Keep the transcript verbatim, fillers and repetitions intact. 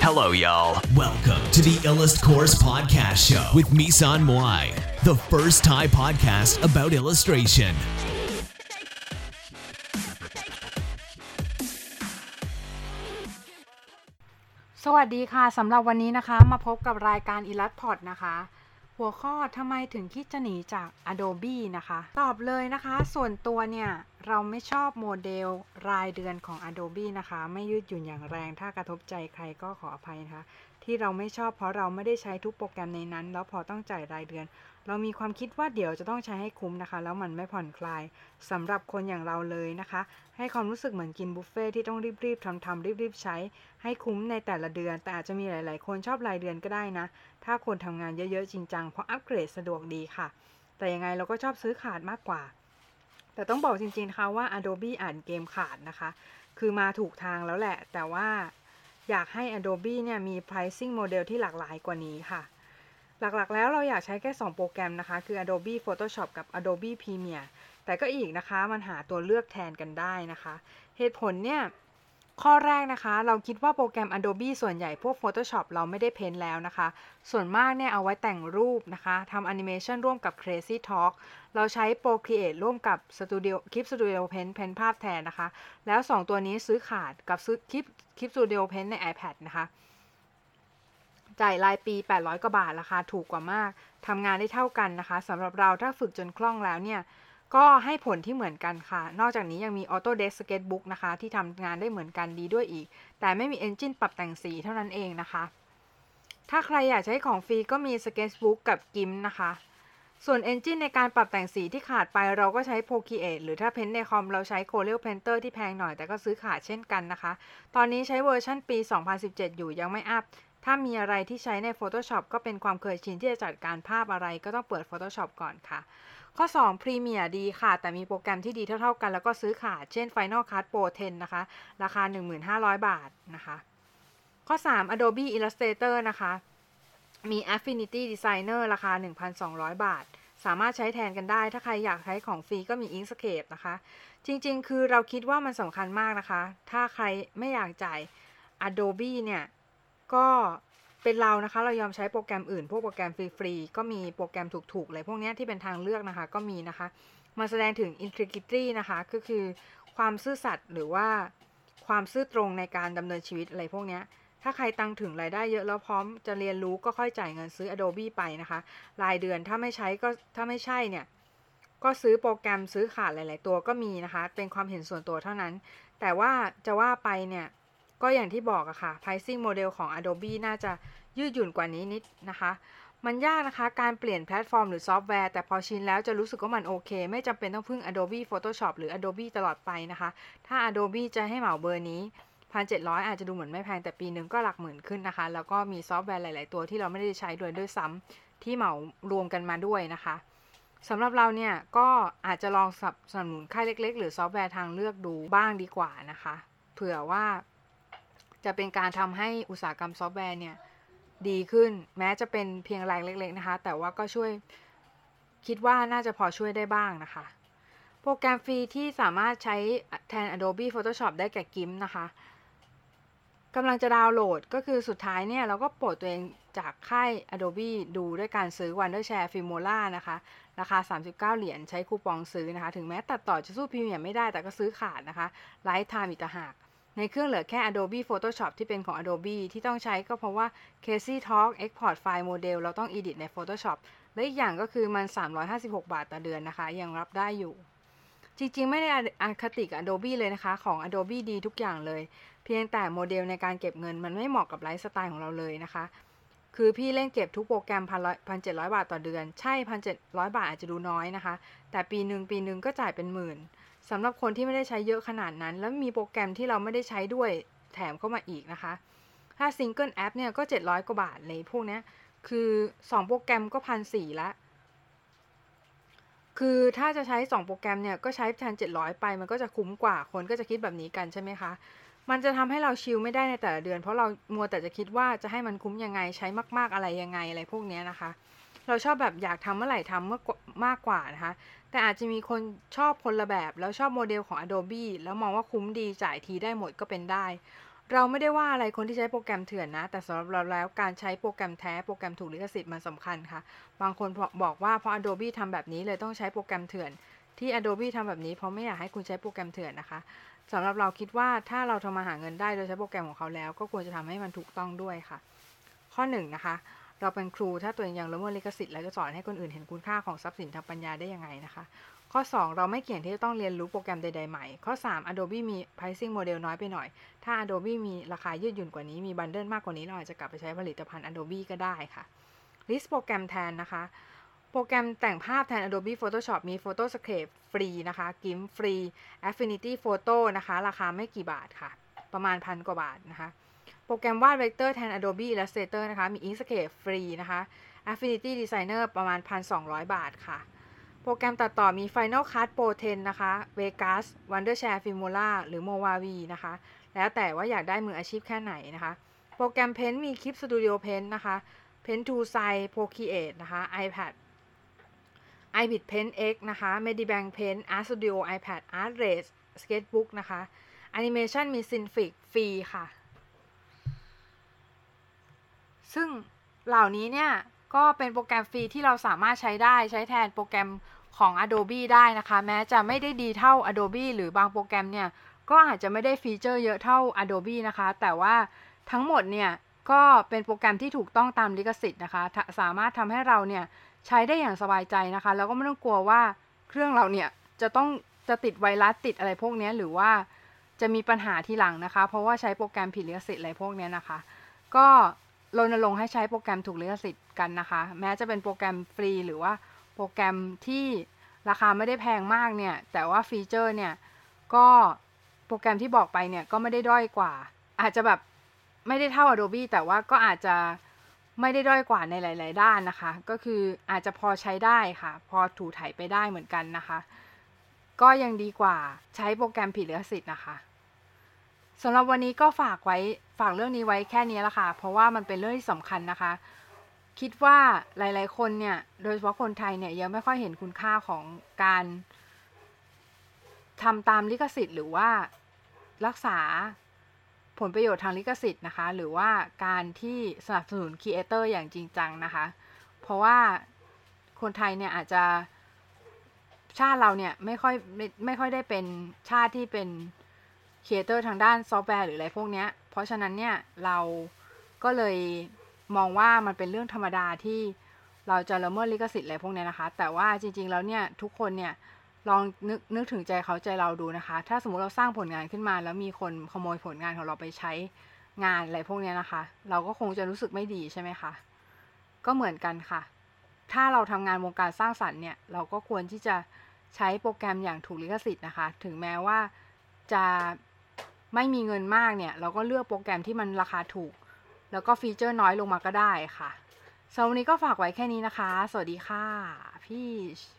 Hello, y'all. Welcome to the Illust Course Podcast Show with Misan Moai, the first Thai podcast about illustration. สวัสดีค่ะสำหรับวันนี้นะคะมาพบกับรายการ Illustpod นะคะหัวข้อทำไมถึงคิดจะหนีจาก Adobe นะคะตอบเลยนะคะส่วนตัวเนี่ยเราไม่ชอบโมเดลรายเดือนของ Adobe นะคะไม่ยืดหยุ่นอย่างแรงถ้ากระทบใจใครก็ขออภัยนะคะที่เราไม่ชอบเพราะเราไม่ได้ใช้ทุกโปรแกรมในนั้นแล้วพอต้องจ่ายรายเดือนเรามีความคิดว่าเดี๋ยวจะต้องใช้ให้คุ้มนะคะแล้วมันไม่ผ่อนคลายสำหรับคนอย่างเราเลยนะคะให้ความรู้สึกเหมือนกินบุฟเฟ่ที่ต้องรีบๆทำๆรีบๆใช้ให้คุ้มในแต่ละเดือนแต่อาจจะมีหลายๆคนชอบรายเดือนก็ได้นะถ้าคนทำงานเยอะๆจริงจังเพราะอัปเกรดสะดวกดีค่ะแต่ยังไงเราก็ชอบซื้อขาดมากกว่าแต่ต้องบอกจริงๆนะคะว่า Adobe อ่านเกมขาดนะคะคือมาถูกทางแล้วแหละแต่ว่าอยากให้ Adobe เนี่ยมี pricing model ที่หลากหลายกว่านี้ค่ะหลักๆแล้วเราอยากใช้แค่สองโปรแกรมนะคะคือ Adobe Photoshop กับ Adobe Premiere แต่ก็อีกนะคะมันหาตัวเลือกแทนกันได้นะคะเหตุผลเนี่ยข้อแรกนะคะเราคิดว่าโปรแกรม Adobe ส่วนใหญ่พวก Photoshop เราไม่ได้เพ้นท์แล้วนะคะส่วนมากเนี่ยเอาไว้แต่งรูปนะคะทำแอนิเมชันร่วมกับ Crazy Talk เราใช้ Procreate ร่วมกับ Studio Clip Studio Paint เพ้นท์ภาพแทนนะคะแล้วสองตัวนี้ซื้อขาดกับซื้อ Clip Clip Studio Paint ใน iPad นะคะจ่ายรายปีแปดร้อยกว่าบาทราคาถูกกว่ามากทำงานได้เท่ากันนะคะสำหรับเราถ้าฝึกจนคล่องแล้วเนี่ยก็ให้ผลที่เหมือนกันค่ะนอกจากนี้ยังมี Autodesk Sketchbook นะคะที่ทำงานได้เหมือนกันดีด้วยอีกแต่ไม่มี Engine ปรับแต่งสีเท่านั้นเองนะคะถ้าใครอยากใช้ของฟรีก็มี Sketchbook กับ giemp นะคะส่วน Engine ในการปรับแต่งสีที่ขาดไปเราก็ใช้ Procreate หรือถ้าเพ้นท์ในคอมเราใช้ Corel Painter ที่แพงหน่อยแต่ก็ซื้อขาดเช่นกันนะคะตอนนี้ใช้เวอร์ชันปีสองพันสิบเจ็ดอยู่ยังไม่อัพถ้ามีอะไรที่ใช้ใน Photoshop ก็เป็นความเคยชินที่จะจัดการภาพอะไรก็ต้องเปิด Photoshop ก่อนค่ะข้อสอง Premiere ดีค่ะแต่มีโปรแกรมที่ดีเท่าๆกันแล้วก็ซื้อขาดเช่น Final Cut Pro เท็นนะคะราคา หนึ่งพันห้าร้อย บาทนะคะข้อสาม Adobe Illustrator นะคะมี Affinity Designer ราคา หนึ่งพันสองร้อย บาทสามารถใช้แทนกันได้ถ้าใครอยากใช้ของฟรีก็มี Inkscape นะคะจริงๆคือเราคิดว่ามันสำคัญมากนะคะถ้าใครไม่อยากจ่าย Adobe เนี่ยก็เป็นเรานะคะเรายอมใช้โปรแกรมอื่นพวกโปรแกรมฟรีๆก็มีโปรแกรมถูกๆเลยพวกนี้ที่เป็นทางเลือกนะคะก็มีนะคะมาแสดงถึง integrity นะคะก็คือความซื่อสัตย์หรือว่าความซื่อตรงในการดำเนินชีวิตอะไรพวกนี้ถ้าใครตังถึงรายได้เยอะแล้วพร้อมจะเรียนรู้ก็ค่อยจ่ายเงินซื้อ Adobe ไปนะคะรายเดือนถ้าไม่ใช้ก็ถ้าไม่ใช่เนี่ยก็ซื้อโปรแกรมซื้อขาดหลายๆตัวก็มีนะคะเป็นความเห็นส่วนตัวเท่านั้นแต่ว่าจะว่าไปเนี่ยก็อย่างที่บอกอะค่ะ pricing model ของ Adobe น่าจะยืดหยุ่นกว่านี้นิดนะคะมันยากนะคะการเปลี่ยนแพลตฟอร์มหรือซอฟต์แวร์แต่พอชินแล้วจะรู้สึกว่ามันโอเคไม่จำเป็นต้องพึ่ง Adobe Photoshop หรือ Adobe ตลอดไปนะคะถ้า Adobe จะให้เหมาเบอร์นี้ หนึ่งพันเจ็ดร้อย อาจจะดูเหมือนไม่แพงแต่ปีนึงก็หลักหมื่นขึ้นนะคะแล้วก็มีซอฟต์แวร์หลายๆตัวที่เราไม่ได้ใช้ด้วยด้วยซ้ำที่เหมารวมกันมาด้วยนะคะสำหรับเราเนี่ยก็อาจจะลองสนับสนุนค่ายเล็กๆหรือซอฟต์แวร์ทางเลือกดูบ้างดีกว่านะคะเผื่อว่าจะเป็นการทำให้อุตสาหกรรมซอฟต์แวร์เนี่ยดีขึ้นแม้จะเป็นเพียงรายเล็กๆนะคะแต่ว่าก็ช่วยคิดว่าน่าจะพอช่วยได้บ้างนะคะโปรแกรมฟรีที่สามารถใช้แทน Adobe Photoshop ได้แก่ giemp นะคะกำลังจะดาวน์โหลดก็คือสุดท้ายเนี่ยเราก็โปรดตัวเองจากค่าย Adobe ดูด้วยการซื้อ Wondershare Filmora นะคะราคาสามสิบเก้าเหรียญใช้คูปองซื้อนะคะถึงแม้ตัดต่อจะสู้ Premiere ไม่ได้แต่ก็ซื้อขาดนะคะ Lifetime อีกต่างหากในเครื่องเหลือแค่ Adobe Photoshop ที่เป็นของ Adobe ที่ต้องใช้ก็เพราะว่า Crazy Talk Export File Model เราต้อง Edit ใน Photoshop และอีกอย่างก็คือมันสามร้อยห้าสิบหกบาทต่อเดือนนะคะยังรับได้อยู่จริงๆไม่ได้อคติกับ Adobe เลยนะคะของ Adobe ดีทุกอย่างเลยเพียงแต่โมเดลในการเก็บเงินมันไม่เหมาะกับไลฟ์สไตล์ของเราเลยนะคะคือพี่เล่นเก็บทุกโปรแกรม หนึ่งพันเจ็ดร้อย บาทต่อเดือนใช่ หนึ่งพันเจ็ดร้อย บาทอาจจะดูน้อยนะคะแต่ปีนึงปีนึงก็จ่ายเป็นหมื่นสำหรับคนที่ไม่ได้ใช้เยอะขนาดนั้นแล้วมีโปรแกรมที่เราไม่ได้ใช้ด้วยแถมเข้ามาอีกนะคะถ้า Single App เนี่ยก็เจ็ดร้อยกว่าบาทเลยพวกนี้คือสองโปรแกรมก็ หนึ่งพันสี่ร้อย ละคือถ้าจะใช้สองโปรแกรมเนี่ยก็ใช้ หนึ่งพันเจ็ดร้อย ไปมันก็จะคุ้มกว่าคนก็จะคิดแบบนี้กันใช่ไหมคะมันจะทำให้เราชิลไม่ได้ในแต่ละเดือนเพราะเรามัวแต่จะคิดว่าจะให้มันคุ้มยังไงใช้มากๆอะไรยังไงอะไรพวกนี้นะคะเราชอบแบบอยากทำเมื่อไหร่ทำเมื่อมากกว่านะคะแต่อาจจะมีคนชอบคนละแบบแล้วชอบโมเดลของ Adobe แล้วมองว่าคุ้มดีจ่ายทีได้หมดก็เป็นได้เราไม่ได้ว่าอะไรคนที่ใช้โปรแกรมเถื่อนนะแต่สำหรับเราแล้วการใช้โปรแกรมแท้โปรแกรมถูกลิขสิทธิ์มันสำคัญค่ะบางคนบอกว่าเพราะ Adobe ทำแบบนี้เลยต้องใช้โปรแกรมเถื่อนที่ Adobe ทำแบบนี้เพราะไม่อยากให้คุณใช้โปรแกรมเถื่อนนะคะสำหรับเราคิดว่าถ้าเราทำมาหาเงินได้โดยใช้โปรแกรมของเขาแล้วก็ควรจะทำให้มันถูกต้องด้วยค่ะข้อหนึ่งนะคะเราเป็นครูถ้าตัวเองยังละเมิดลิขสิทธิ์แล้วจะสอนให้คนอื่นเห็นคุณค่าของทรัพย์สินทางปัญญาได้ยังไงนะคะข้อสองเราไม่เกี่ยงที่จะต้องเรียนรู้โปรแกรมใดๆใหม่ข้อสาม Adobe มี pricing model น้อยไปหน่อยถ้า Adobe มีราคายืดหยุ่นกว่านี้มีบันเดิลมากกว่านี้เราอาจจะกลับไปใช้ผลิตภัณฑ์ Adobe ก็ได้ค่ะ list โปรแกรมแทนนะคะโปรแกรมแต่งภาพแทน Adobe Photoshop มี Photoscape ฟรีนะคะ GIMP ฟรี Affinity Photo นะคะราคาไม่กี่บาทค่ะประมาณพันกว่าบาทนะคะโปรแกรมวาดเวกเตอร์แทน Adobe Illustrator นะคะมี Inkscape ฟรีนะคะ Affinity Designer ประมาณ หนึ่งพันสองร้อย บาทค่ะโปรแกรมตัดต่อมี Final Cut Pro เท็นนะคะ Vegas Wondershare Filmora หรือ Movavi นะคะแล้วแต่ว่าอยากได้มืออาชีพแค่ไหนนะคะโปรแกรม Paint มี Clip Studio Paint นะคะ Paint Toolside Procreate นะคะ iPad iBit Paint X นะคะ Medibank Paint Art Studio iPad Artrace Sketchbook นะคะ Animation มี Cinefix ฟรีค่ะซึ่งเหล่านี้เนี่ยก็เป็นโปรแกรมฟรีที่เราสามารถใช้ได้ใช้แทนโปรแกรมของ Adobe ได้นะคะแม้จะไม่ได้ดีเท่า Adobe หรือบางโปรแกรมเนี่ยก็อาจจะไม่ได้ฟีเจอร์เยอะเท่า Adobe นะคะแต่ว่าทั้งหมดเนี่ยก็เป็นโปรแกรมที่ถูกต้องตามลิขสิทธิ์นะคะสามารถทำให้เราเนี่ยใช้ได้อย่างสบายใจนะคะแล้วก็ไม่ต้องกลัวว่าเครื่องเราเนี่ยจะต้องจะติดไวรัสติดอะไรพวกนี้หรือว่าจะมีปัญหาทีหลังนะคะเพราะว่าใช้โปรแกรมผิดลิขสิทธิ์อะไรพวกนี้นะคะก็รณรงค์ให้ใช้โปรแกรมถูกลิขสิทธิ์กันนะคะแม้จะเป็นโปรแกรมฟรีหรือว่าโปรแกรมที่ราคาไม่ได้แพงมากเนี่ยแต่ว่าฟีเจอร์เนี่ยก็โปรแกรมที่บอกไปเนี่ยก็ไม่ได้ด้อยกว่าอาจจะแบบไม่ได้เท่า Adobe แต่ว่าก็อาจจะไม่ได้ด้อยกว่าในหลายๆด้านนะคะก็คืออาจจะพอใช้ได้ค่ะพอถูถ่ายไปได้เหมือนกันนะคะก็ยังดีกว่าใช้โปรแกรมผิดลิขสิทธิ์นะคะสำหรับวันนี้ก็ฝากไว้ฝากเรื่องนี้ไว้แค่นี้ละค่ะเพราะว่ามันเป็นเรื่องที่สำคัญนะคะคิดว่าหลายๆคนเนี่ยโดยเฉพาะคนไทยเนี่ยยังไม่ค่อยเห็นคุณค่าของการทำตามลิขสิทธิ์หรือว่ารักษาผลประโยชน์ทางลิขสิทธิ์นะคะหรือว่าการที่สนับสนุนครีเอเตอร์อย่างจริงจังนะคะเพราะว่าคนไทยเนี่ยอาจจะชาติเราเนี่ยไม่ค่อยไม่ไม่ค่อยได้เป็นชาติที่เป็นครีเอเตอร์ทางด้านซอฟต์แวร์หรืออะไรพวกนี้เพราะฉะนั้นเนี่ยเราก็เลยมองว่ามันเป็นเรื่องธรรมดาที่เราจะละเมิดลิขสิทธิ์อะไรพวกนี้นะคะแต่ว่าจริงๆแล้วเนี่ยทุกคนเนี่ยลองนึกนึกถึงใจเขาใจเราดูนะคะถ้าสมมุติเราสร้างผลงานขึ้นมาแล้วมีคนขโมยผลงานของเราไปใช้งานอะไรพวกนี้นะคะเราก็คงจะรู้สึกไม่ดีใช่ไหมคะก็เหมือนกันค่ะถ้าเราทำงานวงการสร้างสรรค์เนี่ยเราก็ควรที่จะใช้โปรแกรมอย่างถูกลิขสิทธิ์นะคะถึงแม้ว่าจะไม่มีเงินมากเนี่ยเราก็เลือกโปรแกรมที่มันราคาถูกแล้วก็ฟีเจอร์น้อยลงมาก็ได้ค่ะสำหรับวันนี้ก็ฝากไว้แค่นี้นะคะสวัสดีค่ะพี่